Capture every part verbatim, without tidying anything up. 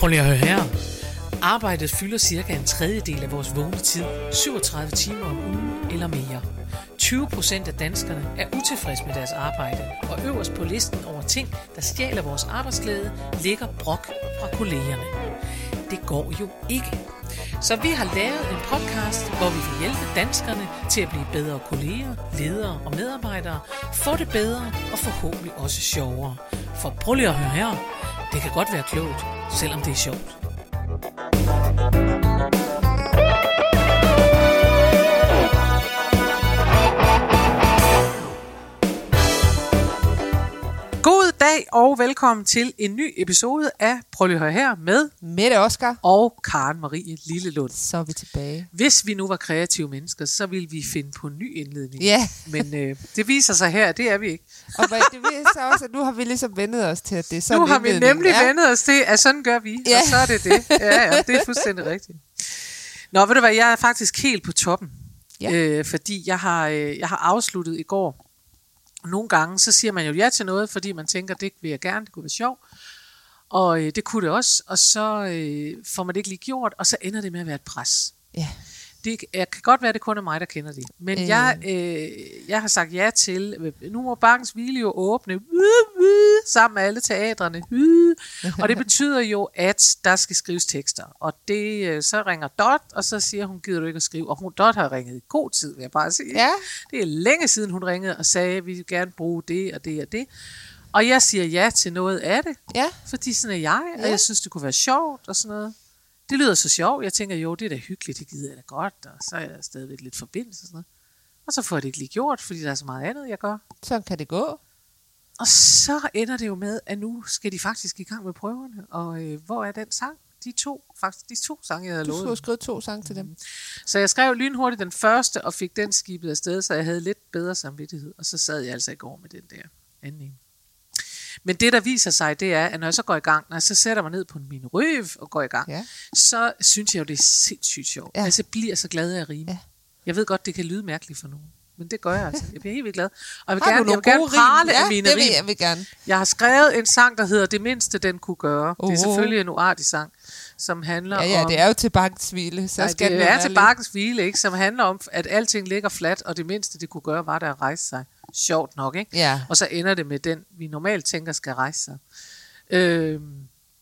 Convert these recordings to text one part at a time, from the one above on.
Prøv lige at høre her. Arbejdet fylder cirka en tredjedel af vores vågne tid, syvogtredive timer om ugen eller mere. tyve procent af danskerne er utilfredse med deres arbejde, og øverst på listen over ting, der stjæler vores arbejdsglæde, ligger brok fra kollegerne. Det går jo ikke. Så vi har lavet en podcast, hvor vi vil hjælpe danskerne til at blive bedre kolleger, ledere og medarbejdere, få det bedre og forhåbentlig også sjovere. For prøv lige at høre her. Det kan godt være klogt, selvom det er sjovt. God dag og velkommen til en ny episode af Prøv lige at høre her med Mette Oscar og Karen Marie Lillelund. Så er vi tilbage. Hvis vi nu var kreative mennesker, så ville vi finde på en ny indledning. Ja. Men øh, det viser sig her, det er vi ikke. Og det viser også, at nu har vi ligesom vendet os til, at det er sådan. Nu har vi nemlig ja. vendet os til, at sådan gør vi, ja. og så er det det. Ja, ja, det er fuldstændig rigtigt. Nå, ved du hvad, jeg er faktisk helt på toppen, ja. øh, fordi jeg har, øh, jeg har afsluttet i går. Nogle gange, så siger man jo ja til noget, fordi man tænker, det vil jeg gerne, det kunne være sjovt. Og øh, det kunne det også, og så øh, får man det ikke lige gjort, og så ender det med at være et pres. Ja. Det jeg kan godt være, det kun er mig, der kender det. Men øh. jeg, øh, jeg har sagt ja til, nu må Bakkens Hvile jo åbne sammen med alle teatrene. Og det betyder jo, at der skal skrives tekster. Og det, så ringer Dot, og så siger hun, gider du ikke at skrive? Og hun, Dot har ringet i god tid, vil jeg bare sige. Ja. Det er længe siden, hun ringede og sagde, at vi vil gerne bruge det og det og det. Og jeg siger ja til noget af det, ja. Fordi sådan er jeg, og ja. jeg synes, det kunne være sjovt og sådan noget. Det lyder så sjovt. Jeg tænker, jo, det er da hyggeligt, det gider jeg da godt, og så er jeg stadigvæk lidt forbindelse og sådan noget. Og så får jeg det ikke lige gjort, fordi der er så meget andet, jeg gør. Sådan kan det gå. Og så ender det jo med, at nu skal de faktisk i gang med prøverne. Og øh, hvor er den sang? De to, faktisk de to sange, jeg havde lovet. Du skulle skrive to sange til dem. Mm. Så jeg skrev lynhurtigt den første, og fik den skibet afsted, så jeg havde lidt bedre samvittighed. Og så sad jeg altså i går med den der anden en. Men det, der viser sig, det er, at når jeg så går i gang, når jeg så sætter mig ned på min røv og går i gang, ja. så synes jeg jo, det er sindssygt sjovt. Ja. Altså, jeg bliver så glad af at rime. Ja. Jeg ved godt, det kan lyde mærkeligt for nogen, men det gør jeg altså. Jeg bliver helt vildt glad. Og jeg vil har gerne, jeg vil gerne prale ja, af mine det vil rim. jeg, vil gerne. Jeg har skrevet en sang, der hedder Det mindste, den kunne gøre. Uh-huh. Det er selvfølgelig en uartig sang, som handler ja, ja, om... det er jo til Bakkens Hvile. Så nej, skal det er til Bakkens Hvile, ikke? Som handler om, at alting ligger fladt, og det mindste, det kunne gøre, var der at rejse sig. Sjovt nok, ikke? Ja. Og så ender det med den, vi normalt tænker skal rejse sig. Øhm,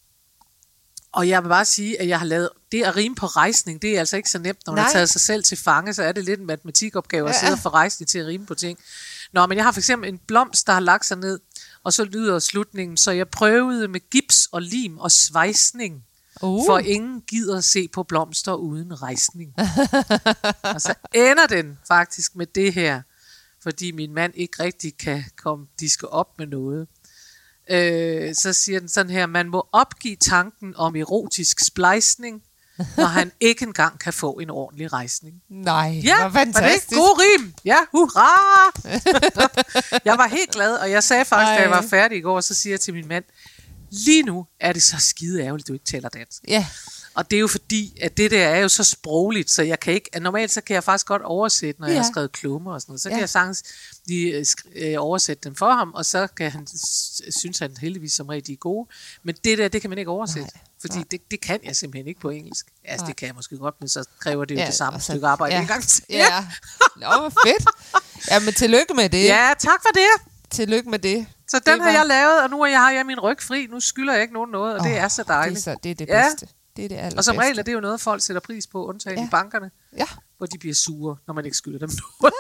og jeg vil bare sige, at jeg har lavet det at rime på rejsning, det er altså ikke så nemt, når man Nej. har taget sig selv til fange, så er det lidt en matematikopgave at ja. sidde og få rejsning til at rime på ting. Nå, men jeg har for eksempel en blomst, der har lagt sig ned, og så lyder slutningen, så jeg prøvede med gips og lim og svejsning, uh. for ingen gider at se på blomster uden rejsning. Og så ender den faktisk med det her, fordi min mand ikke rigtig kan komme diske op med noget. Øh, så siger den sådan her, man må opgive tanken om erotisk splejsning, når han ikke engang kan få en ordentlig rejsning. Nej, ja, hvor fantastisk. Var det god rim? Ja, hurra! Jeg var helt glad, og jeg sagde faktisk, Ej. da jeg var færdig i går, så siger jeg til min mand, lige nu er det så skide ærgerligt, du ikke taler dansk. Ja. Og det er jo fordi, at det der er jo så sprogligt, så jeg kan ikke, at normalt så kan jeg faktisk godt oversætte, når ja. jeg har skrevet klummer og sådan noget. Så ja. kan jeg sagtens de, øh, oversætte dem for ham, og så kan han, synes han heldigvis som rigtig gode. Men det der, det kan man ikke oversætte, Nej. fordi Nej. Det, det kan jeg simpelthen ikke på engelsk. Altså, Nej. det kan jeg måske godt, men så kræver det jo ja, det samme så, stykke arbejde ja. en gang til. Ja, nå, fedt. Ja, men tillykke med det. Ja, tak for det. Tillykke med det. Så den det har var... jeg lavet, og nu har jeg, har jeg min ryg fri. Nu skylder jeg ikke nogen noget, og oh, det er så dejligt. Det er, så, det, er det bedste. Ja. Det er det allerbedste. Og som regel er det jo noget, folk sætter pris på, undtagen ja. i bankerne, ja. hvor de bliver sure, når man ikke skylder dem noget.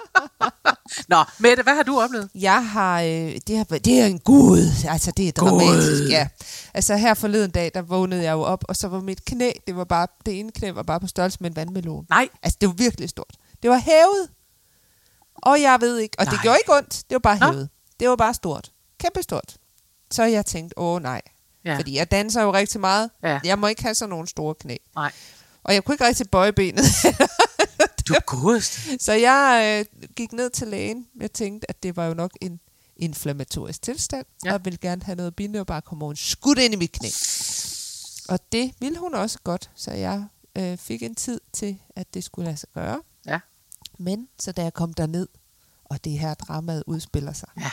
Nå, Mette, hvad har du oplevet? Jeg har, øh, det, har det er en gud, altså det er dramatisk, ja. Altså her forleden dag, der vågnede jeg jo op, og så var mit knæ, det var bare, det ene knæ var bare på størrelse med en vandmelon. Nej. Altså det var virkelig stort. Det var hævet, og jeg ved ikke, og nej. det gjorde ikke ondt, det var bare Nå. hævet. Det var bare stort, kæmpe stort. Så jeg tænkte, åh nej. Ja. Fordi jeg danser jo rigtig meget. Ja. Jeg må ikke have sådan nogle store knæ. Nej. Og jeg kunne ikke rigtig bøje benet. Du er godest. Så jeg øh, gik ned til lægen. Jeg tænkte, at det var jo nok en inflammatorisk tilstand. Ja. Og ville gerne have noget bindebarkhormon skudt ind i mit knæ. Og det ville hun også godt. Så jeg øh, fik en tid til, at det skulle lade sig gøre. Ja. Men så da jeg kom derned, og det her dramaet udspiller sig, ja.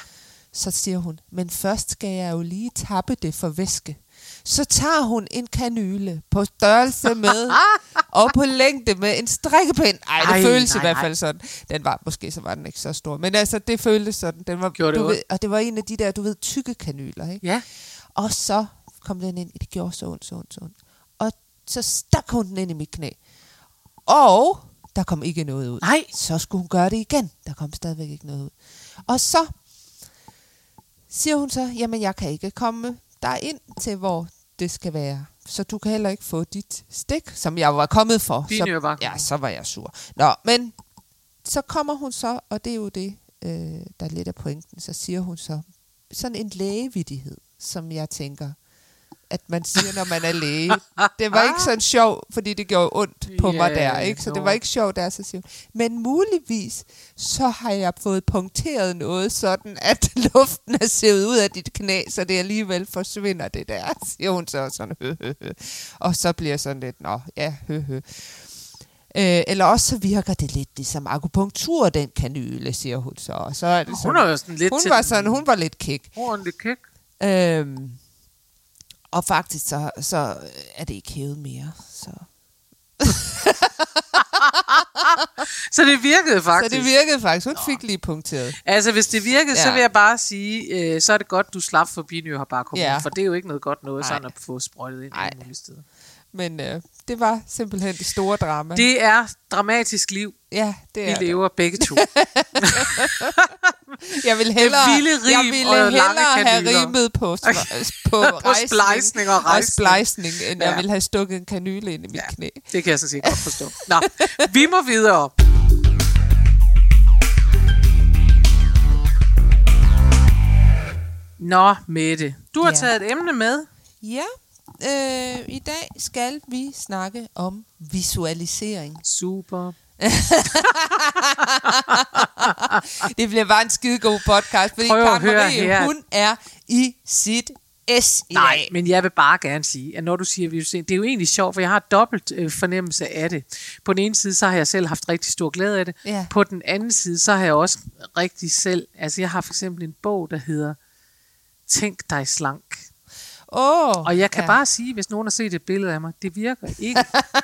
Så siger hun, men først skal jeg jo lige tappe det for væske. Så tager hun en kanyle på størrelse med, og på længde med en strikkepind. Ej, det ej, føles nej, i hvert fald ej. sådan. Den var, måske så var den ikke så stor, men altså, det føltes sådan. Den var, gjorde du det ved, og det var en af de der, du ved, tykke kanyler, ikke? Ja. Og så kom den ind, det gjorde så ondt, så ondt, så ondt. Og så stak hun den ind i mit knæ. Og der kom ikke noget ud. Nej. Så skulle hun gøre det igen. Der kom stadigvæk ikke noget ud. Og så siger hun så, jamen jeg kan ikke komme der ind til, hvor det skal være. Så du kan heller ikke få dit stik, som jeg var kommet for. Så, ja, så var jeg sur. Nå, men så kommer hun så, og det er jo det, øh, der er lidt af pointen, så siger hun så, sådan en lægevittighed, som jeg tænker, at man siger, når man er læge. Det var ikke sådan sjov, fordi det gjorde ondt på yeah, mig der, ikke? Så no. det var ikke sjovt der, så siger hun. Men muligvis, så har jeg fået punkteret noget, sådan at luften er sivet ud af dit knæ, så det alligevel forsvinder det der, siger hun så sådan, hø, hø, hø. Og så bliver sådan lidt, nå, ja, hø, hø. Øh, eller også så virker det lidt ligesom akupunktur, den kanyle, siger hun så. Og så er det sådan, hun er jo sådan lidt hun var sådan, hun var lidt kæk. Hun var lidt kæk. Øhm, og faktisk så, så er det ikke hævet mere. Så. så det virkede faktisk. Så det virkede faktisk. Hun Nå. fik lige punkteret. Altså hvis det virkede, ja. så vil jeg bare sige, øh, så er det godt, du slap for binyrbark, ja. for det er jo ikke noget godt noget, sådan at få sprøjtet ind i mulige steder. Men øh, det var simpelthen det store drama. Det er dramatisk liv. Ja, det er Vi lever det. begge to. jeg vil hellere, jeg ville hellere have rimet på, på, på splejsning og rejsning, og splejsning, end ja. jeg ville have stukket en kanyle ind i mit ja, knæ. Det kan jeg så set godt forstå. Nå, vi må videre. Nå, Mette, du har ja. taget et emne med. Ja. Øh, I dag skal vi snakke om visualisering. Super. Det bliver bare en skidegod podcast, fordi Karen Marie, hun er i sit S i Nej, dag. men jeg vil bare gerne sige, at når du siger visualisering, det er jo egentlig sjovt, for jeg har dobbelt øh, fornemmelse af det. På den ene side, så har jeg selv haft rigtig stor glæde af det. Ja. På den anden side, så har jeg også rigtig selv, altså jeg har for eksempel en bog, der hedder Tænk dig slank. Oh, og jeg kan ja. bare sige, hvis nogen har set et billede af mig, det virker ikke.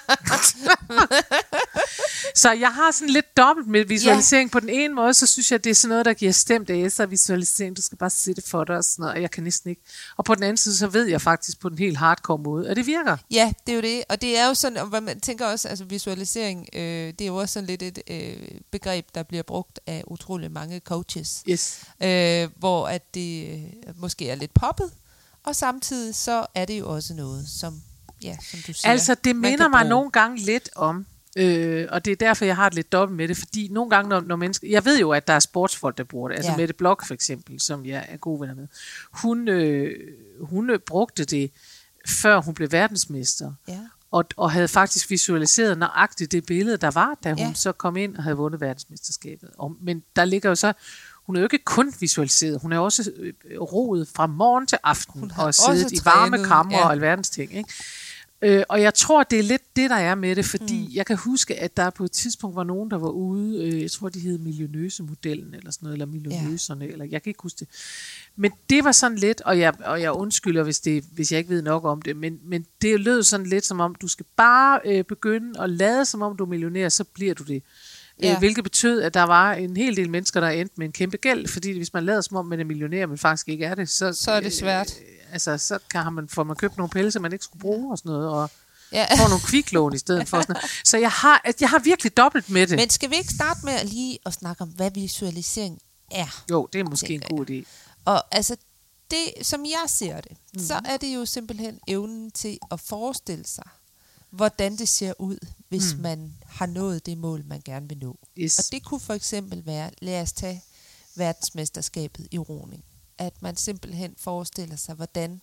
Så jeg har sådan lidt dobbelt med visualisering. Ja. På den ene måde, så synes jeg, det er sådan noget, der giver stemt æser af visualisering. Du skal bare se det for dig og sådan noget, og jeg kan næsten ikke. Og på den anden side, så ved jeg faktisk på den helt hardcore måde, at det virker. Ja, det er jo det. Og det er jo sådan, og man tænker også, altså visualisering, øh, det er jo også sådan lidt et øh, begreb, der bliver brugt af utrolig mange coaches. Yes. Øh, hvor at det øh, måske er lidt poppet. Og samtidig så er det jo også noget, som, ja, som du siger, altså det minder mig nogle gange lidt om, øh, og det er derfor, jeg har det lidt dobbelt med det, fordi nogle gange, når, når mennesker, jeg ved jo, at der er sportsfolk, der bruger det, altså ja. Mette Bloch for eksempel, som jeg er god venner med, hun, øh, hun brugte det, før hun blev verdensmester, ja. og, og havde faktisk visualiseret nøjagtigt det billede, der var, da hun ja. så kom ind og havde vundet verdensmesterskabet. Og, men der ligger jo så, hun er jo ikke kun visualiseret, hun er også roet fra morgen til aften, og siddet i varme kamre ja. og alverdens ting. Ikke? Øh, og jeg tror, det er lidt det, der er med det, fordi mm. jeg kan huske, at der på et tidspunkt var nogen, der var ude, øh, jeg tror, de hed Millionøse-modellen, eller sådan noget, eller Millionøserne, ja. eller jeg kan ikke huske det. Men det var sådan lidt, og jeg, og jeg undskylder, hvis, det, hvis jeg ikke ved nok om det, men, men det lød sådan lidt som om, du skal bare øh, begynde at lade, som om du er millionær, så bliver du det. Ja. Hvilket betød, at der var en hel del mennesker, der endte med en kæmpe gæld, fordi hvis man lader som om, man er millionær, men faktisk ikke er det, så, så er det svært. Øh, altså, så kan man, får man købt nogle pelse, man ikke skulle bruge og sådan noget, og ja. får nogle kviklån i stedet for sådan noget. Så jeg har, jeg har virkelig dobbelt med det. Men skal vi ikke starte med at lige at snakke om, hvad visualisering er? Jo, det er måske en god idé. Og altså, det, som jeg ser det, mm. så er det jo simpelthen evnen til at forestille sig, hvordan det ser ud, hvis mm. man har nået det mål, man gerne vil nå. Yes. Og det kunne for eksempel være, lad os tage verdensmesterskabet i roning. At man simpelthen forestiller sig, hvordan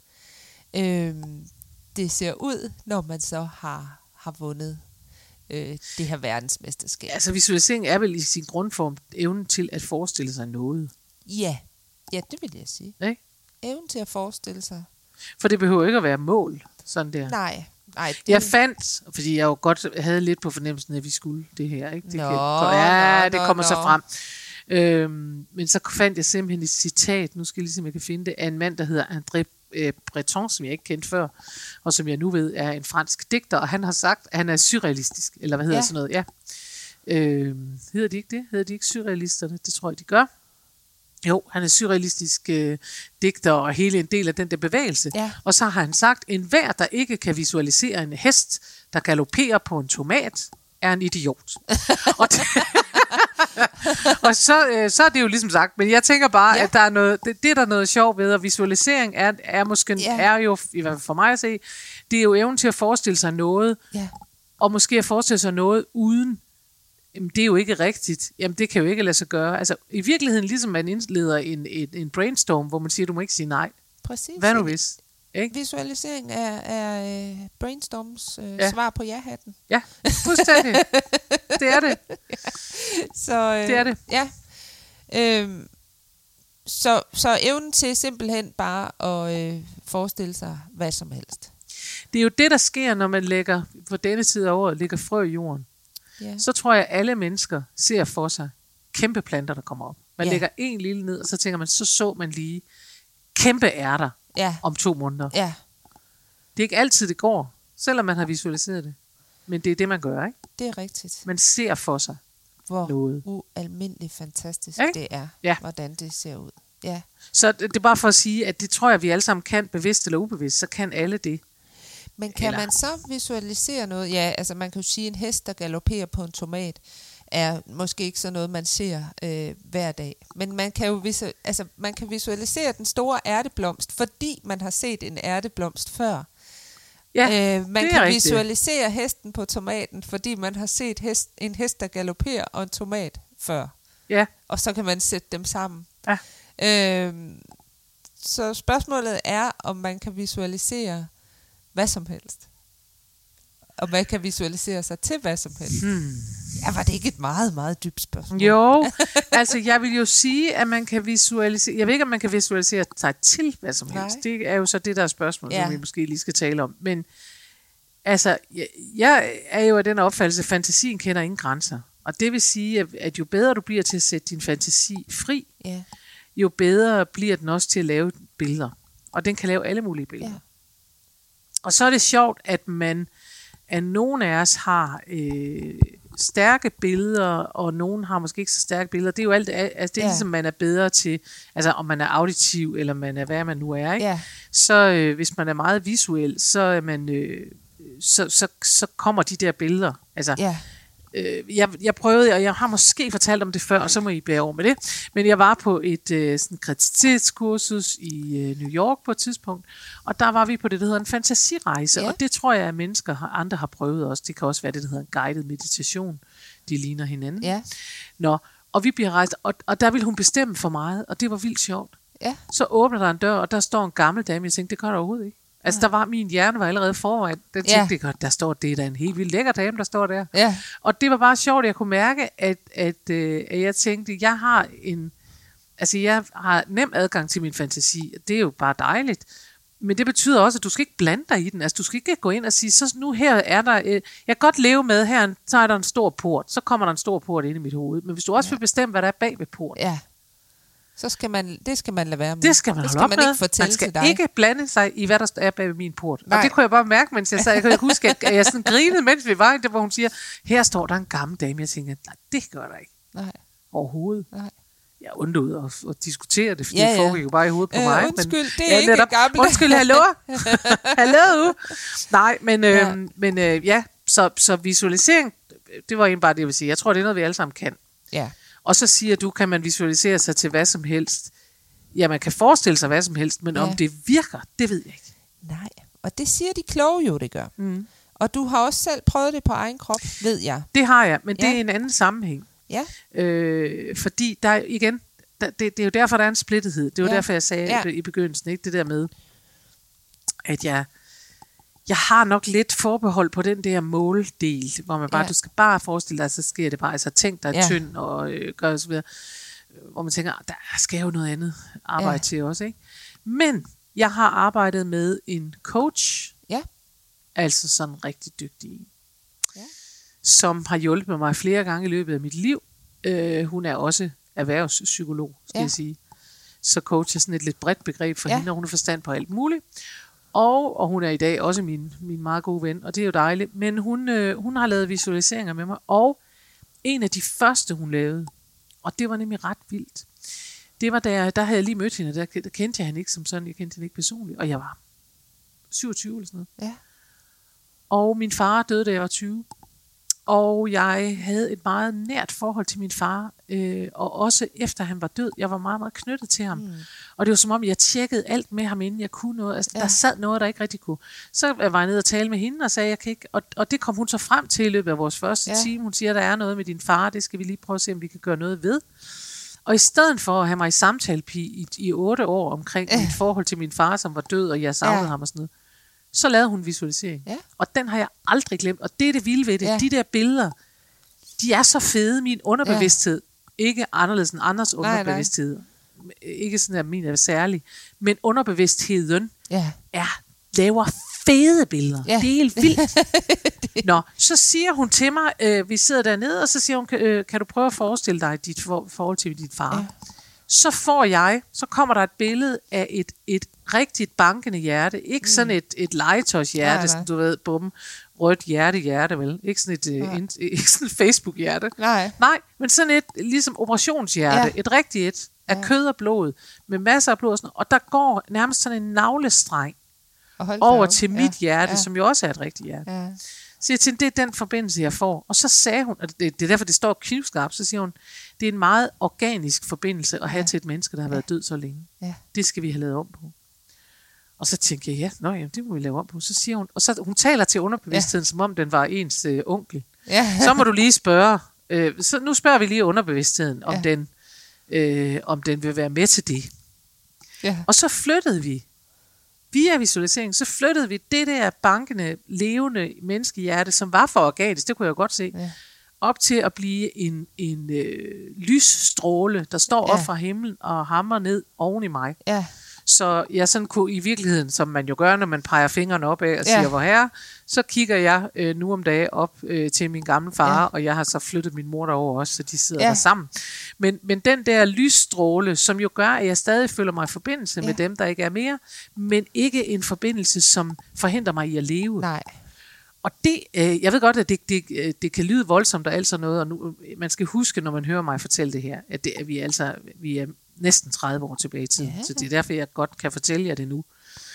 øh, det ser ud, når man så har, har vundet øh, det her verdensmesterskab. Altså visualisering er vel i sin grundform evnen til at forestille sig noget. Ja, ja det vil jeg sige. Nej? Evnen til at forestille sig. For det behøver ikke at være mål, sådan der. Nej. Nej, det... Jeg fandt, fordi jeg jo godt havde lidt på fornemmelsen, at vi skulle det her. Ikke? Det nå, kan, ja, nå, det kommer nå, så frem. Øhm, men så fandt jeg simpelthen et citat, nu skal jeg lige se, om jeg kan finde det, af en mand, der hedder André øh, Breton, som jeg ikke kendte før, og som jeg nu ved er en fransk digter, og han har sagt, at han er surrealistisk, eller hvad hedder Ja. sådan noget, ja. Øhm, hedder de ikke det? Hedder de ikke surrealisterne? Det tror jeg, de gør. Jo, han er surrealistisk øh, digter og hele en del af den der bevægelse. Ja. Og så har han sagt, en hver, der ikke kan visualisere en hest, der galopperer på en tomat, er en idiot. og, det, og så, øh, så er det jo ligesom sagt, men jeg tænker bare, ja. at der er noget, det, det er der noget sjovt ved, og visualisering er, er måske, Ja. er jo, i hvert fald for mig at se, det er jo evnen til at forestille sig noget, Ja. og måske at forestille sig noget uden, jamen det er jo ikke rigtigt. Jamen det kan jo ikke lade sig gøre. Altså i virkeligheden, ligesom man indleder en, en, en brainstorm, hvor man siger, du må ikke sige nej. Præcis. Hvad nu hvis? Ikke? Visualisering er, er uh, brainstorms uh, Ja. ja. svar på ja-hatten. Ja, fuldstændig. Det er det. Så, øh, Det er det. Ja. Øhm, så, så evnen til simpelthen bare at øh, forestille sig hvad som helst. Det er jo det, der sker, når man lægger, for denne tid af året, lægger frø i jorden. Ja. Så tror jeg, at alle mennesker ser for sig kæmpe planter, der kommer op. Man Ja. lægger en lille ned, og så tænker man, så så man lige kæmpe ærter Ja. om to måneder. Ja, Det er ikke altid, det går, selvom man har visualiseret det. Men det er det, man gør, ikke? det er rigtigt. Man ser for sig Hvor noget. ualmindeligt fantastisk Ikke? det er, Ja. hvordan det ser ud. Ja. Så det det er bare for at sige, at det tror jeg, vi alle sammen kan, bevidst eller ubevidst, så kan alle det. Men kan Eller- man så visualisere noget? Ja, altså man kan jo sige, at en hest, der galopperer på en tomat, er måske ikke sådan noget, man ser øh, hver dag. Men man kan jo visu- altså, man kan visualisere den store ærteblomst, fordi man har set en ærteblomst før. Ja, øh, man det er kan rigtigt. visualisere hesten på tomaten, fordi man har set hest, en hest, der galopperer, og en tomat før. Ja, Og så kan man sætte dem sammen. ja. Øh, så spørgsmålet er, om man kan visualisere hvad som helst. Og man kan visualisere sig til hvad som helst. Hmm. Ja, var det ikke et meget, meget dybt spørgsmål? Jo, altså jeg vil jo sige, at man kan visualisere, jeg ved ikke, om man kan visualisere sig til hvad som helst. Nej. Det er jo så det, der er spørgsmål, Ja. som vi måske lige skal tale om. Men altså, jeg, jeg er jo af den opfattelse, at fantasien kender ingen grænser. Og det vil sige, at, at jo bedre du bliver til at sætte din fantasi fri, Ja. jo bedre bliver den også til at lave billeder. Og den kan lave alle mulige billeder. Ja. Og så er det sjovt, at man, at nogen af os har øh, stærke billeder, og nogen har måske ikke så stærke billeder. Det er jo alt, altså det er Ja. ligesom, man er bedre til, altså om man er auditiv, eller man er, hvad man nu er, ikke? Ja. Så øh, hvis man er meget visuel, så er man, øh, så, så, så kommer de der billeder. Altså, Ja. Øh, jeg, jeg prøvede, og jeg har måske fortalt om det før, og så må I bære over med det, men jeg var på et øh, sådan kreativitetskursus i øh, New York på et tidspunkt, og der var vi på det, der hedder en fantasirejse, Ja. og det tror jeg, at mennesker, har, andre har prøvet også. Det kan også være det, der hedder en guided meditation. De ligner hinanden. Ja. Nå, og vi bliver rejst, og, og der ville hun bestemme for meget, og det var vildt sjovt. Ja. Så åbner der en dør, og der står en gammel dame. Jeg tænkte, det gør der overhovedet ikke. Altså, der var, min hjerne var allerede foran. Der tænkte Ja. jeg, godt, der står, det er da en helt vildt lækker dame, der står der. Ja. Og det var bare sjovt, at jeg kunne mærke, at, at, øh, at jeg tænkte, jeg har en, altså jeg har nem adgang til min fantasi. Det er jo bare dejligt. Men det betyder også, at du skal ikke blande dig i den. Altså, du skal ikke gå ind og sige, så nu her er der, øh, jeg kan godt leve med her, så er der en stor port. Så kommer der en stor port ind i mit hoved. Men hvis du også vil bestemme, hvad der er bag ved porten, Ja. Så skal man, det skal man lade være med. det skal man det holde skal op man med. ikke fortælle Man skal til dig. ikke blande sig i, hvad der er bag ved min port. Nej. Og det kunne jeg bare mærke, mens jeg sad. Jeg kunne huske, at jeg sådan grinede, mens vi var i det, hvor hun siger, her står der en gammel dame. Jeg tænker, nej, det gør der ikke Nej. overhovedet. Nej. Jeg undlod at, at diskutere det, fordi Ja, det ja. foregik jo bare i hovedet på Øh, mig. undskyld, det er ja, ikke netop. gammel. Undskyld, hallo? hallo? Nej, men, øh, Ja. men øh, ja, så, så visualisering, det var egentlig bare det, jeg vil sige. Jeg tror, det er noget, vi alle sammen kan. Ja. Og så siger du, kan man visualisere sig til hvad som helst. Ja, man kan forestille sig hvad som helst, men Ja. om det virker, det ved jeg ikke. Nej. Og det siger de kloge jo, det gør. Mm. Og du har også selv prøvet det på egen krop, ved jeg. Det har jeg, men Ja. det er en anden sammenhæng. Ja. Øh, fordi der er igen, der, det, det er jo derfor, der er en splittethed. Det var Ja. derfor, jeg sagde Ja. det i begyndelsen, ikke det der med, at jeg, jeg har nok lidt forbehold på den der måldel, hvor man bare, Ja. du skal bare forestille dig, så sker det bare. Altså tænk dig Ja. tynd og øh, gør så videre. Hvor man tænker, der skal jo noget andet arbejde Ja. til også, ikke? Men jeg har arbejdet med en coach, Ja. altså sådan en rigtig dygtig en, Ja. som har hjulpet mig flere gange i løbet af mit liv. Øh, hun er også erhvervspsykolog, skal ja. jeg sige. Så coach er sådan et lidt bredt begreb for ja. hende, og hun har forstand på alt muligt. Og, og hun er i dag også min, min meget gode ven, og det er jo dejligt. Men hun, øh, hun har lavet visualiseringer med mig, og en af de første, hun lavede, og det var nemlig ret vildt, det var, der, der havde jeg lige mødt hende, der, der kendte jeg hende ikke som sådan, jeg kendte hende ikke personligt, og jeg var syvogtyve eller sådan noget. Ja. Og min far døde, da jeg var tyve. Og jeg havde et meget nært forhold til min far, øh, og også efter han var død, jeg var meget, meget knyttet til ham. Mm. Og det var som om, jeg tjekkede alt med ham, inden jeg kunne noget. Altså, ja. Der sad noget, der ikke rigtig kunne. Så var jeg nede og tale med hende og sagde, jeg kan ikke. Og, og det kom hun så frem til i løbet af vores første ja. time. Hun siger, der er noget med din far, det skal vi lige prøve at se, om vi kan gøre noget ved. Og i stedet for at have mig i samtalepige i, i otte år omkring ja. mit forhold til min far, som var død, og jeg savnede ja. ham og sådan noget, så lavede hun visualisering. Ja. Og den har jeg aldrig glemt. Og det er det vilde ved det. Ja. De der billeder, de er så fede. Min underbevidsthed, ja. ikke anderledes end andres underbevidsthed. Nej, nej. Ikke sådan, at min er særlig. Men underbevidstheden ja. er, laver fede billeder. Ja. Det er helt vildt. Nå, så siger hun til mig, øh, vi sidder dernede, og så siger hun, øh, kan du prøve at forestille dig dit for, forhold til dit far? Ja. Så får jeg, så kommer der et billede af et, et rigtigt bankende hjerte. Ikke mm. sådan et, et legetøjshjerte, nej, nej. Sådan, du ved, bum, rødt hjerte, hjerte, vel? Ikke sådan et, uh, in, ikke sådan et Facebook-hjerte. Nej. Nej, men sådan et, ligesom operationshjerte. Ja. Et rigtigt et, af ja. kød og blod, med masser af blod og sådan noget. Og der går nærmest sådan en navlestreng over til ja. mit hjerte, ja. som jo også er et rigtigt hjerte. Ja. Så jeg tænkte, det er den forbindelse, jeg får. Og så sagde hun, og det, det er derfor, det står knivskarpt, så siger hun, det er en meget organisk forbindelse at have ja. til et menneske, der har været ja. død så længe. Ja. Det skal vi have lavet om på. Og så tænkte jeg, ja, nå, jamen, det må vi lave om på. Så siger hun, og så hun taler til underbevidstheden, ja. som om den var ens øh, onkel. Ja. Så må du lige spørge, øh, så nu spørger vi lige underbevidstheden, om, ja. den, øh, om den vil være med til det. Ja. Og så flyttede vi, via visualisering, så flyttede vi det der bankende, levende menneskehjerte, som var for organisk, det kunne jeg godt se, ja. op til at blive en, en øh, lysstråle, der står ja. op fra himlen og hamrer ned oven i mig. Ja. Så jeg sådan kunne i virkeligheden, som man jo gør, når man peger fingrene op af og siger, ja. hvor herre, så kigger jeg øh, nu om dagen op øh, til min gamle far, ja. og jeg har så flyttet min mor derover også, så de sidder ja. der sammen. Men, men den der lysstråle, som jo gør, at jeg stadig føler mig i forbindelse ja. med dem, der ikke er mere, men ikke en forbindelse, som forhindrer mig i at leve. Nej. Og det, øh, jeg ved godt, at det, det, det kan lyde voldsomt og alt sådan noget, og nu, man skal huske, når man hører mig fortælle det her, at, det, at vi, altså, vi er næsten tredive år tilbage i tiden, ja. så det er derfor, jeg godt kan fortælle jer det nu.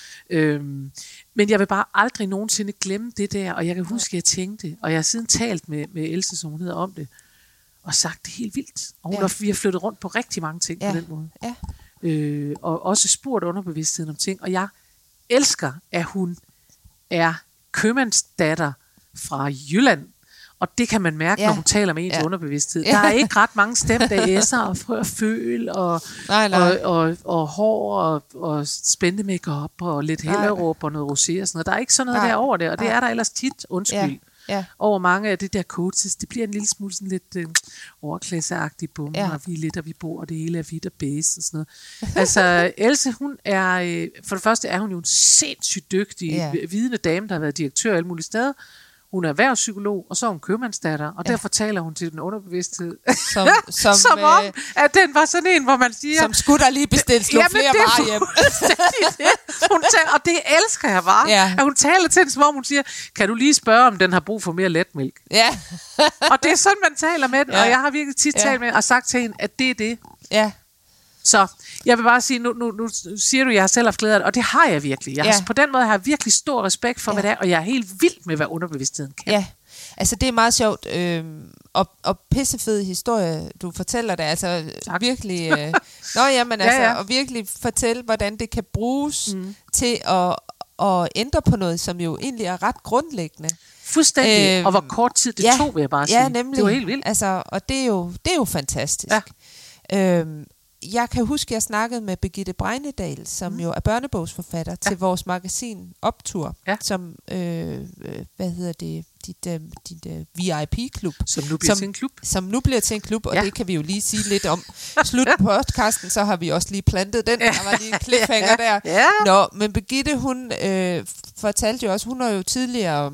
Øhm, men jeg vil bare aldrig nogensinde glemme det der, og jeg kan huske, at jeg tænkte, og jeg har siden talt med, med Else, som hun hedder, om det, og sagt det helt vildt. Og hun ja. har, vi har flyttet rundt på rigtig mange ting ja. på den måde. Ja. Øh, og også spurgt underbevidstheden om ting, og jeg elsker, at hun er købmandsdatter fra Jylland. Og det kan man mærke, ja. når hun taler med ens ja. underbevidsthed. Der er ikke ret mange stemte S'er og frø og føl og, nej, nej. og, og, og hår og, og spændende makeup og lidt helleråb og noget rosé og sådan noget. Der er ikke sådan noget nej. derovre der, og det nej. er der ellers tit, undskyld, ja. Ja. over mange af det der coaches. Det bliver en lille smule sådan lidt øh, overklasseagtigt bum, ja. og vi er lidt, og vi bor, og det hele er hvidt og beige og sådan noget. Altså, Else, hun er, øh, for det første er hun jo en sindssygt dygtig, ja. vidende dame, der har været direktør alle mulige steder. Hun er erhvervspsykolog, og så er hun købmandsdatter, og ja. derfor taler hun til den underbevidsthed. Som, som, som om, øh, at den var sådan en, hvor man siger... Som skulle der lige bestille slå flere varer hjem. det. Hun taler, og det elsker jeg bare. Ja. At hun taler til den, som om hun siger, kan du lige spørge, om den har brug for mere letmælk? Ja. Og det er sådan, man taler med den, ja. og jeg har virkelig tit ja. talt med og sagt til hende, at det er det. Ja. Så jeg vil bare sige, nu, nu, nu siger du, at jeg har selv haft glæde af det, og det har jeg virkelig. Jeg ja. har, på den måde har jeg virkelig stor respekt for, ja. hvad det er, og jeg er helt vild med, hvad underbevidstheden kan. Ja, altså det er meget sjovt, øh, og, og pissefed historie, du fortæller det, altså tak. virkelig, øh, nå jamen altså, ja, ja. og virkelig fortælle, hvordan det kan bruges mm. til at, at ændre på noget, som jo egentlig er ret grundlæggende. Fuldstændig, øh, og hvor kort tid det ja, tog, vil jeg bare sige. Ja, nemlig. Det var helt vildt. Altså, og det er jo, det er jo fantastisk. Ja. Øh, Jeg kan huske, at jeg snakkede med Birgitte Bregnedal, som mm. jo er børnebogsforfatter, ja. til vores magasin Optur, ja. som, øh, hvad hedder det, dit, uh, dit uh, V I P-klub. Som nu bliver som, til en klub. Som nu bliver til en klub, og ja. det kan vi jo lige sige lidt om. Slut på podcasten, så har vi også lige plantet den. Ja. Der var lige en cliffhanger ja. der. Ja. Nå, men Birgitte, hun øh, fortalte jo også, hun har jo tidligere...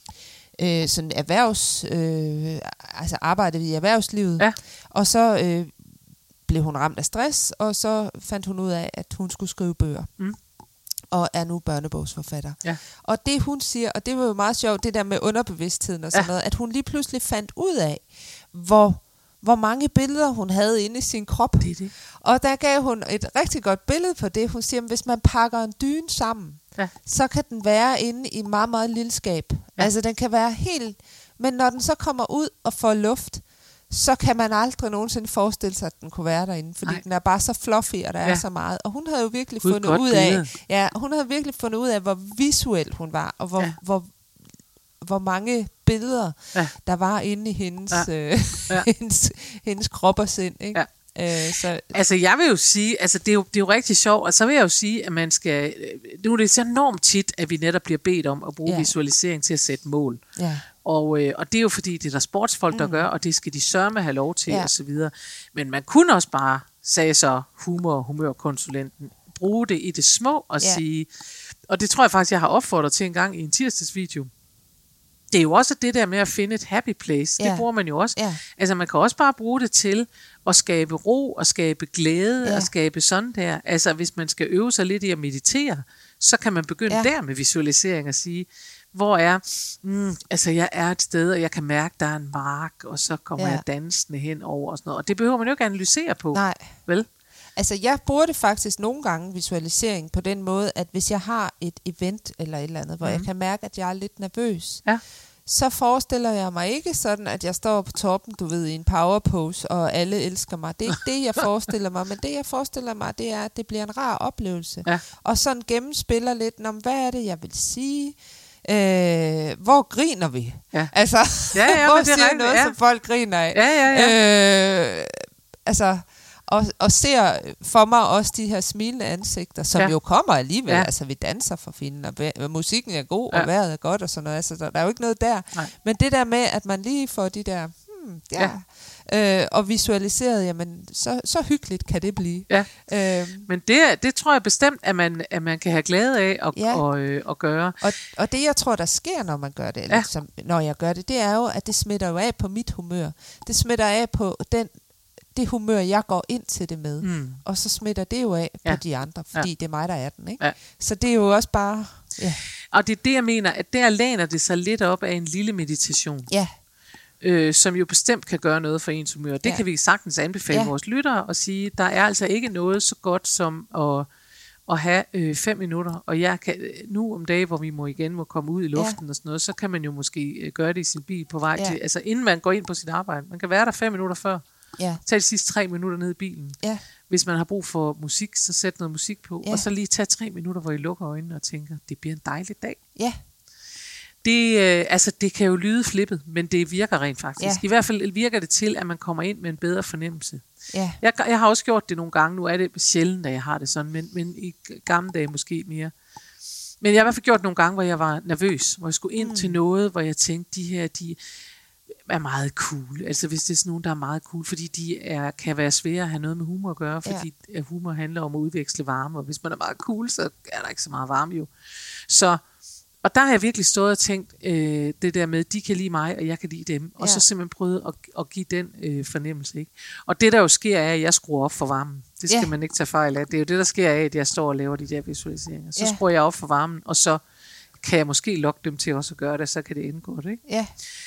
Øh, sådan erhvervs... Øh, altså arbejdet i erhvervslivet. Ja. Og så... Øh, blev hun ramt af stress, og så fandt hun ud af, at hun skulle skrive bøger. Mm. Og er nu børnebogsforfatter. Ja. Og det hun siger, og det var jo meget sjovt, det der med underbevidstheden og sådan ja. noget, at hun lige pludselig fandt ud af, hvor, hvor mange billeder hun havde inde i sin krop. Det det. Og der gav hun et rigtig godt billede på det. Hun siger, at hvis man pakker en dyne sammen, ja. så kan den være inde i meget, meget lille skab. Ja. Altså den kan være helt... Men når den så kommer ud og får luft, så kan man aldrig nogensinde forestille sig, at den kunne være derinde, fordi Nej. den er bare så fluffy, og der ja. er så meget. Og hun havde jo virkelig Gud, fundet ud af, ja, hun havde virkelig fundet ud af, hvor visuel hun var, og hvor, ja. hvor, hvor mange billeder, ja. der var inde i hendes, ja. Øh, ja. hendes, hendes krop og sind, ikke? Ja. Øh, så. Altså jeg vil jo sige, altså det er jo, det er jo rigtig sjovt, og så vil jeg jo sige, at man skal, nu er det så enormt tit, at vi netop bliver bedt om at bruge ja. visualisering til at sætte mål. Ja. Og, øh, og det er jo fordi, det er der sportsfolk, der mm. gør, og det skal de sørme have lov til, ja. og så videre. Men man kunne også bare, sagde så humor- og humørkonsulenten, bruge det i det små og ja. sige, og det tror jeg faktisk, jeg har opfordret til en gang i en tirsdagsvideo. Det er jo også det der med at finde et happy place, ja. det bruger man jo også. Ja. Altså man kan også bare bruge det til at skabe ro, og skabe glæde, ja. og skabe sådan der. Altså hvis man skal øve sig lidt i at meditere, så kan man begynde ja. der med visualisering og sige, hvor er, mm, altså jeg er et sted, og jeg kan mærke, der er en mark, og så kommer ja. jeg dansende hen over og sådan noget. Og det behøver man jo ikke analysere på. Nej. Vel? Altså jeg bruger det faktisk nogle gange, visualisering, på den måde, at hvis jeg har et event eller et eller andet, hvor mm. jeg kan mærke, at jeg er lidt nervøs, ja. så forestiller jeg mig ikke sådan, at jeg står på toppen, du ved, i en power pose, og alle elsker mig. Det er ikke det, jeg forestiller mig, men det, jeg forestiller mig, det er, at det bliver en rar oplevelse. Ja. Og sådan gennemspiller lidt, om hvad er det, jeg vil sige? Øh, hvor griner vi? Ja. Altså, ja, ja, hvor siger rigtigt, noget, ja. som folk griner af? Ja, ja, ja. Øh, altså, og, og ser for mig også de her smilende ansigter, som ja. jo kommer alligevel. Ja. Altså, vi danser for finden, og væ- musikken er god, ja. og vejret er godt, og sådan noget. Altså, der, der er jo ikke noget der. Nej. Men det der med, at man lige får de der... Hmm, ja... ja. Øh, og visualiseret, jamen, så, så hyggeligt kan det blive. Ja. Øh, Men det, det tror jeg bestemt, at man, at man kan have glæde af at, ja. og, øh, at gøre. Og, og det, jeg tror, der sker, når man gør det, eller ja. som, når jeg gør det, det er jo, at det smitter jo af på mit humør. Det smitter af på den, det humør, jeg går ind til det med. Mm. Og så smitter det jo af ja. på de andre, fordi ja. det er mig, der er den. Ikke? Ja. Så det er jo også bare... Ja. Og det er det, jeg mener, at der læner det sig lidt op af en lille meditation. Ja. Øh, som jo bestemt kan gøre noget for ens humør. Det ja. kan vi sagtens anbefale ja. vores lyttere og sige, der er altså ikke noget så godt som at, at have øh, fem minutter, og jeg kan, nu om dagen, hvor vi må igen må komme ud i luften ja. og sådan noget, så kan man jo måske øh, gøre det i sin bil på vej ja. til, altså inden man går ind på sit arbejde. Man kan være der fem minutter før. Ja. Tag de sidste tre minutter ned i bilen. Ja. Hvis man har brug for musik, så sæt noget musik på, ja. og så lige tage tre minutter, hvor I lukker øjnene og tænker, det bliver en dejlig dag. Ja. Det, øh, altså, det kan jo lyde flippet, men det virker rent faktisk. Ja. I hvert fald virker det til, at man kommer ind med en bedre fornemmelse. Ja. Jeg, jeg har også gjort det nogle gange. Nu er det sjældent, at jeg har det sådan, men, men i gamle dage måske mere. Men jeg har i hvert fald gjort nogle gange, hvor jeg var nervøs, hvor jeg skulle ind mm. til noget, hvor jeg tænkte, de her, de er meget cool. Altså hvis det er sådan nogen, der er meget cool, fordi de er, kan være svære at have noget med humor at gøre, fordi ja. humor handler om at udveksle varme, og hvis man er meget cool, så er der ikke så meget varme jo. Så og der har jeg virkelig stået og tænkt øh, det der med, de kan lide mig, og jeg kan lide dem. Og ja. så simpelthen prøvet at, at give den øh, fornemmelse. Ikke? Og det der jo sker er, at jeg skruer op for varmen. Det skal ja. man ikke tage fejl af. Det er jo det, der sker af, at jeg står og laver de der visualiseringer. Så ja. skruer jeg op for varmen, og så kan jeg måske lokke dem til også at gøre det, så kan det indgå det. Ikke? Ja.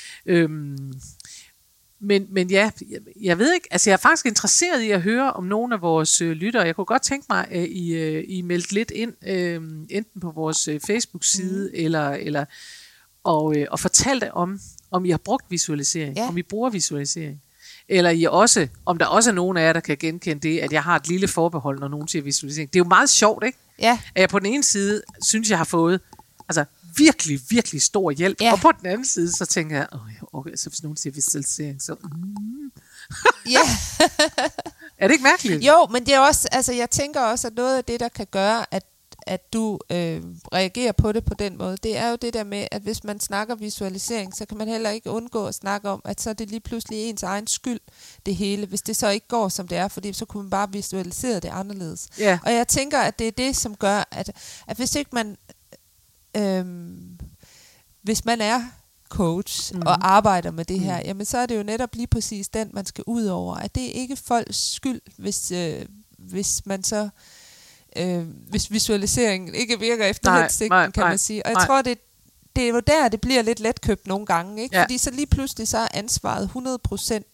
Øhm, men, men ja, jeg, jeg ved ikke, altså jeg er faktisk interesseret i at høre om nogle af vores øh, lyttere. Jeg kunne godt tænke mig, at I, øh, I meldte lidt ind, øh, enten på vores øh, Facebook-side, mm. eller, eller og, øh, og fortalte om, om I har brugt visualisering, ja. om I bruger visualisering. Eller I også, om der også er nogen af jer, der kan genkende det, at jeg har et lille forbehold, når nogen siger visualisering. Det er jo meget sjovt, ikke? Ja. At jeg på den ene side synes, jeg har fået altså virkelig, virkelig stor hjælp. Ja. Og på den anden side, så tænker jeg, åh, okay, så hvis nogen siger visualisering, så... Mm. Ja. Er det ikke mærkeligt? Jo, men det er også, altså jeg tænker også, at noget af det, der kan gøre, at, at du øh, reagerer på det på den måde, det er jo det der med, at hvis man snakker visualisering, så kan man heller ikke undgå at snakke om, at så er det lige pludselig ens egen skyld, det hele, hvis det så ikke går, som det er, fordi så kunne man bare visualisere det anderledes. Ja. Og jeg tænker, at det er det, som gør, at, at hvis ikke man... Øhm, hvis man er coach Mhm. og arbejder med det her, Mhm. jamen så er det jo netop lige præcis den, man skal ud over. At det er ikke folks skyld, hvis, øh, hvis man så øh, hvis visualiseringen ikke virker efter Nej, hensigten, nej, kan nej, man sige. Og jeg nej. tror, det, det er jo der, det bliver lidt letkøbt nogle gange. Ikke? Ja. Fordi så lige pludselig så er ansvaret hundrede procent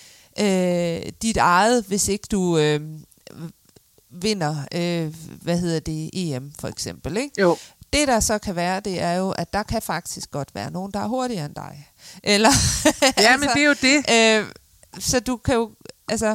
øh, dit eget, hvis ikke du øh, vinder, øh, hvad hedder det, E M for eksempel. Ikke? Jo. Det der så kan være, det er jo, at der kan faktisk godt være nogen, der er hurtigere end dig. Eller, Ja, men det er jo det. Øh, så du kan jo, altså,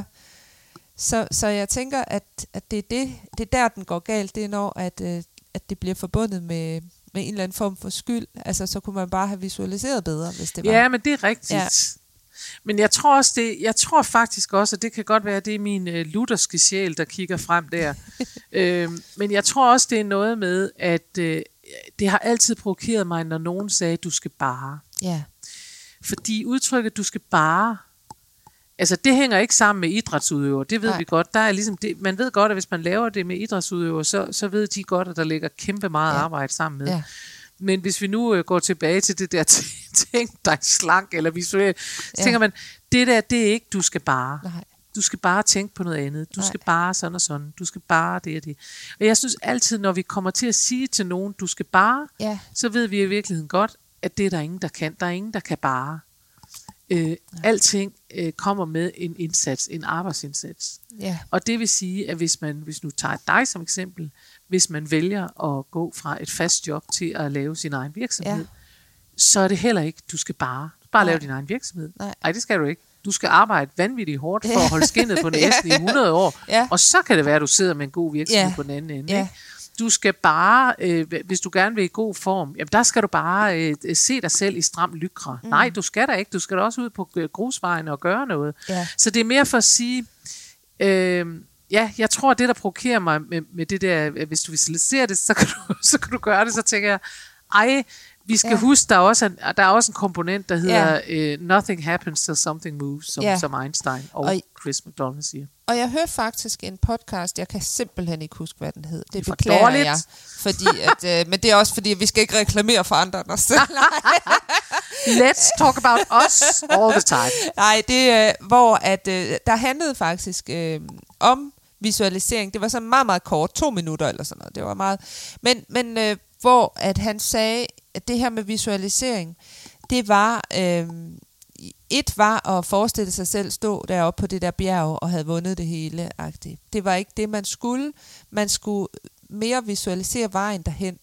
så, så jeg tænker, at, at det er det, det er der, den går galt, det er når, at, øh, at det bliver forbundet med, med en eller anden form for skyld. Altså, så kunne man bare have visualiseret bedre, hvis det var. Ja, men det er rigtigt. Ja. Men jeg tror også det, jeg tror faktisk også, at det kan godt være, at det er min øh, lutherske sjæl, der kigger frem der. øhm, men jeg tror også, det er noget med, at øh, det har altid provokeret mig, når nogen sagde, du skal bare. Ja. Fordi udtrykket, du skal bare, altså det hænger ikke sammen med idrætsudøvere, det ved Nej. vi godt. Der er ligesom det, man ved godt, at hvis man laver det med idrætsudøvere, så, så ved de godt, at der ligger kæmpe meget Ja. arbejde sammen med. Ja. Men hvis vi nu øh, går tilbage til det der tænk dig slank eller visuelt, så Ja. tænker man, det der, det er ikke, du skal bare. Nej. Du skal bare tænke på noget andet. Du Nej. skal bare sådan og sådan. Du skal bare det og det. Og jeg synes altid, når vi kommer til at sige til nogen, du skal bare, Ja. så ved vi i virkeligheden godt, at det er der ingen, der kan. Der er ingen, der kan bare. Øh, alting øh, kommer med en indsats, en arbejdsindsats. Ja. Og det vil sige, at hvis man, hvis nu tager dig som eksempel, hvis man vælger at gå fra et fast job til at lave sin egen virksomhed, Ja. så er det heller ikke, du skal bare, bare Nej. lave din egen virksomhed. Nej. Nej, det skal du ikke. Du skal arbejde vanvittigt hårdt for Ja. at holde skindet på næsten i hundrede år, Ja. og så kan det være, at du sidder med en god virksomhed Ja. på den anden ende. Ja. Ikke? Du skal bare, øh, hvis du gerne vil i god form, jamen der skal du bare øh, se dig selv i stram lykra. Mm. Nej, du skal da ikke. Du skal da også ud på øh, grusvejen og gøre noget. Ja. Så det er mere for at sige, øh, ja, jeg tror, det der provokerer mig med, med det der, øh, hvis du visualiserer det, så kan du, så kan du gøre det, så tænker jeg, ej, vi skal Ja. ja. huske, der er, også en, der er også en komponent, der hedder Ja. uh, nothing happens till something moves, som, Ja. som Einstein og, Og- Chris McDonald siger. Og jeg hørte faktisk en podcast, jeg kan simpelthen ikke huske, hvad den hed. Det, Det er for beklager dårligt. jeg. Fordi at, øh, men det er også fordi, at vi skal ikke reklamere for andre end os selv. Let's talk about us all the time. Nej, det er, øh, hvor at, øh, der handlede faktisk øh, om visualisering. Det var så meget, meget kort, to minutter eller sådan noget. Det var meget. Men, men øh, hvor at han sagde, at det her med visualisering, det var, øh, et var at forestille sig selv stå deroppe på det der bjerg og havde vundet det hele. -agtigt. Det var ikke det, man skulle. Man skulle mere visualisere vejen derhen.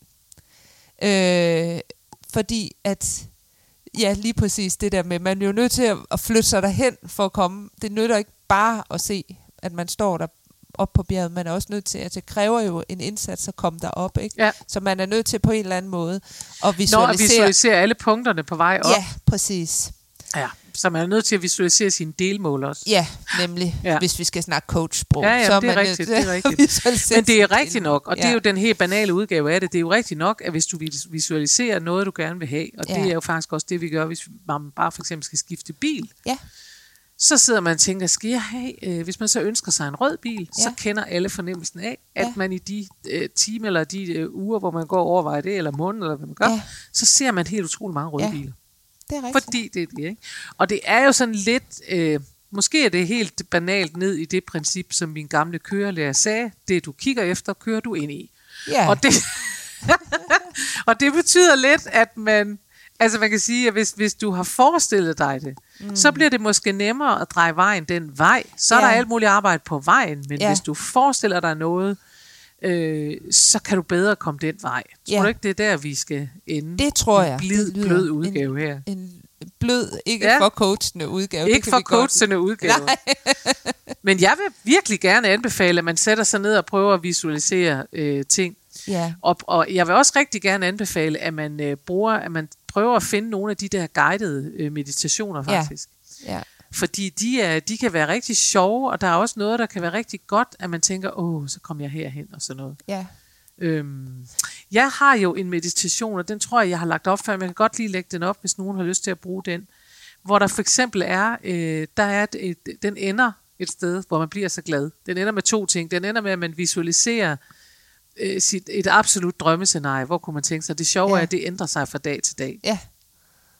Øh, fordi at ja, lige præcis det der med, man er jo nødt til at, at flytte sig derhen for at komme. Det nytter ikke bare at se, at man står der op på bjerget. Man er også nødt til, at det kræver jo en indsats at komme derop, ikke? Ja. Så man er nødt til på en eller anden måde at Når at visualisere. visualisere alle punkterne på vej op. Ja, præcis. Ja. Så man er nødt til at visualisere sine delmål også. Ja, nemlig, Ja. ja. hvis vi skal snakke coachsprog. Ja, ja, så er det er man rigtigt, nødt det er til at rigtigt. visualisere Men det er sine rigtigt delmål. nok, og det er jo den helt banale udgave af det. Det er jo rigtigt nok, at hvis du visualiserer noget, du gerne vil have, og det Ja. er jo faktisk også det, vi gør, hvis man bare for eksempel skal skifte bil, Ja, så sidder man og tænker, skal jeg have, øh, hvis man så ønsker sig en rød bil, ja. så Ja. kender alle fornemmelsen af, at Ja. man i de øh, timer eller de øh, uger, hvor man går og overvejer det, eller måneden, eller hvad man gør, Ja. så ser man helt utrolig mange røde Ja. biler. det er rigtigt. Fordi det er det, ikke? Og det er jo sådan lidt, øh, måske er det helt banalt ned i det princip, som min gamle kørelærer sagde, det du kigger efter, kører du ind i. Ja. Og det, og det betyder lidt, at man, altså man kan sige, at hvis, hvis du har forestillet dig det, mm. så bliver det måske nemmere at dreje vejen den vej. Så er Ja. der alt muligt arbejde på vejen, men Ja. hvis du forestiller dig noget, øh, så kan du bedre komme den vej. Tror Ja. du ikke, det er der, vi skal ende? Det tror jeg. En blid, Det lyder blød udgave en, her. En blød, ikke Ja. ja. for coachende udgave. det Ikke kan for vi godt- coachende udgave. Nej. Men jeg vil virkelig gerne anbefale, at man sætter sig ned og prøver at visualisere øh, ting. Ja. Og, og jeg vil også rigtig gerne anbefale, at man øh, bruger, at man prøver at finde nogle af de der guidede øh, meditationer faktisk. Ja. Fordi de, er, de kan være rigtig sjove, og der er også noget, der kan være rigtig godt, at man tænker, åh, så kommer jeg herhen og sådan noget. Ja. Øhm, jeg har jo en meditation, og den tror jeg, jeg har lagt op før, men jeg kan godt lige lægge den op, hvis nogen har lyst til at bruge den. Hvor der for eksempel er, øh, der er et, et, den ender et sted, hvor man bliver så glad. Den ender med to ting. Den ender med, at man visualiserer øh, sit, et absolut drømmescenarie. Hvor kunne man tænke sig? Det sjove Ja. er, at det ændrer sig fra dag til dag. Ja.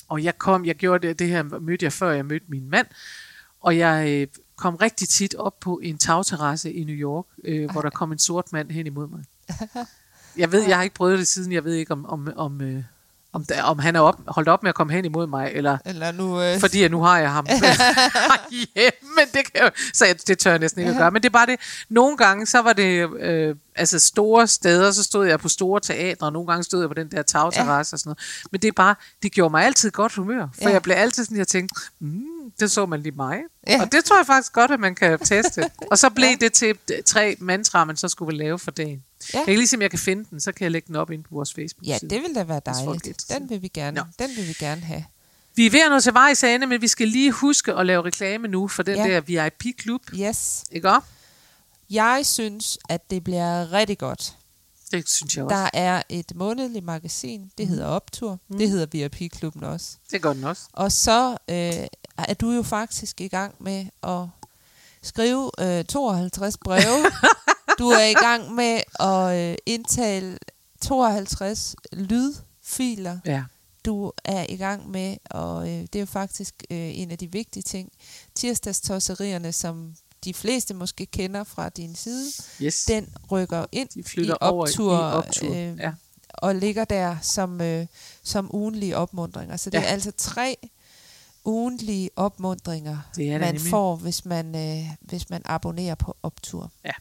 og jeg kom, jeg gjorde det, det her, mødte jeg før jeg mødte min mand, og jeg øh, kom rigtig tit op på en tagterrasse i New York, øh, hvor der kom en sort mand hen imod mig. Jeg ved, jeg har ikke prøvet det siden, jeg ved ikke om, om, om, øh, om, der, om han er op, holdt op med at komme hen imod mig, eller, eller nu, øh... fordi jeg nu har jeg ham hjemme, men det, kan jo, så jeg, det tør jeg næsten ikke at gøre. Men det er bare det, nogle gange, så var det øh, altså store steder, så stod jeg på store teatre, og nogle gange stod jeg på den der tagterrasse ja. og sådan noget. Men det er bare, det gjorde mig altid godt humør, for ja. jeg blev altid sådan, jeg tænkte, mm, det så man lige mig. Ja. Og det tror jeg faktisk godt, at man kan teste. Og så blev ja. det til tre mantraer, man så skulle lave for dagen. Ja. Jeg kan lige se, om jeg kan finde den, så kan jeg lægge den op ind på vores Facebook-side. Ja, det vil da være dejligt. Den vil vi gerne, den vil vi gerne have. Vi er ved at nå til vejs ende, men vi skal lige huske at lave reklame nu for den ja. der V I P-klub. Yes. Ikke også? Jeg synes, at det bliver rigtig godt. Det synes jeg også. Der er et månedligt magasin, det hedder Optur. Mm. Det hedder V I P-klubben også. Det gør den også. Og så øh, er du jo faktisk i gang med at skrive øh, tooghalvtreds breve. Du er i gang med at øh, indtale tooghalvtreds lydfiler. Ja. Du er i gang med, og øh, det er jo faktisk øh, en af de vigtige ting, tirsdagstosserierne, som de fleste måske kender fra din side, yes. den rykker ind de flytter i optur, over i optur. Øh, ja. og ligger der som, øh, som ugenlige opmuntringer. Så det ja. er altså tre ugentlige opmuntringer, det man nemlig. får, hvis man, øh, hvis man abonnerer på Optur. Ja.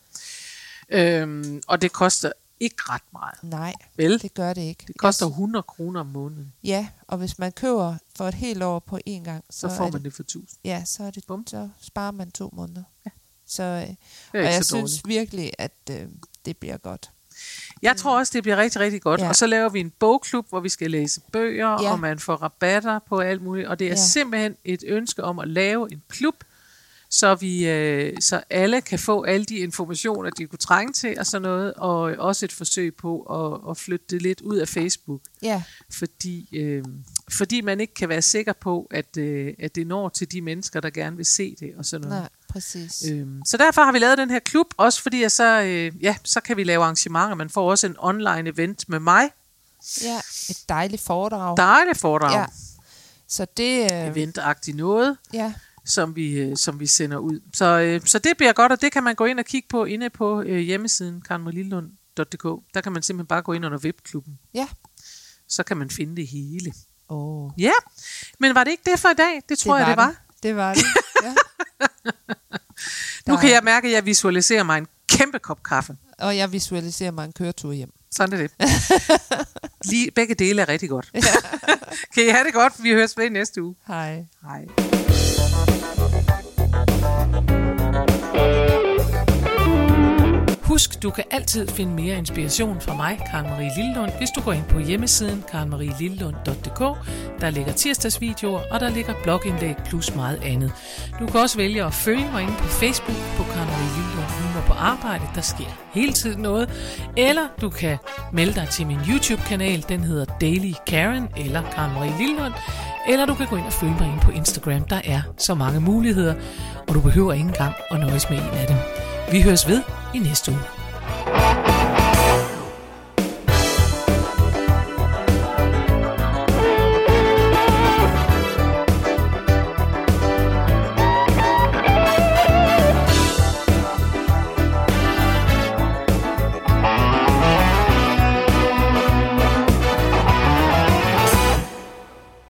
Øhm, og det koster ikke ret meget. Nej, vel? Det gør det ikke. Det koster hundrede kroner om måneden. Ja, og hvis man køber for et helt år på én gang, så, så får man det, det for tusind. Ja, så, er det, så sparer man to måneder. Ja. Så, øh, og jeg så synes virkelig, at øh, det bliver godt. Jeg tror også, det bliver rigtig, rigtig godt. Ja. Og så laver vi en bogklub, hvor vi skal læse bøger, ja. og man får rabatter på alt muligt. Og det er ja. simpelthen et ønske om at lave en klub, så vi øh, så alle kan få alle de informationer, de kunne trænge til og sådan noget, og også et forsøg på at, at flytte det lidt ud af Facebook. Ja. Fordi, øh, fordi man ikke kan være sikker på, at, øh, at det når til de mennesker, der gerne vil se det og sådan noget. Nej, præcis. Øhm, så derfor har vi lavet den her klub, også fordi at så, øh, ja, så kan vi lave arrangementer. Man får også en online event med mig. Ja, et dejligt foredrag. Dejligt foredrag. Ja. Så det... Øh... Eventagtigt noget. Ja. Som vi, som vi sender ud. Så, øh, så det bliver godt, og det kan man gå ind og kigge på inde på øh, hjemmesiden karen marie lillelund punktum d k. Der kan man simpelthen bare gå ind under V I P-klubben. Ja. Så kan man finde det hele. Oh. Ja, men var det ikke det for i dag? Det tror det jeg, det var. Det var det, ja. Nu kan jeg mærke, at jeg visualiserer mig en kæmpe kop kaffe. Og jeg visualiserer mig en køretur hjem. Sådan er det. Lige, begge dele er rigtig godt. Ja. Kan I have det godt? Vi høres ved næste uge. Hej. Hej. Husk, du kan altid finde mere inspiration fra mig, Karen Marie Lillelund, hvis du går ind på hjemmesiden karen marie lillelund punktum d k. Der ligger tirsdagsvideoer, og der ligger blogindlæg plus meget andet. Du kan også vælge at følge mig inde på Facebook på Karen Marie Lillelund. Nu er på arbejde, der sker hele tiden noget. Eller du kan melde dig til min YouTube-kanal, den hedder Daily Karen eller Karen Marie Lillelund. Eller du kan gå ind og følge mig inde på Instagram. Der er så mange muligheder, og du behøver ikke engang at nøjes med en af dem. Vi høres ved i næste uge.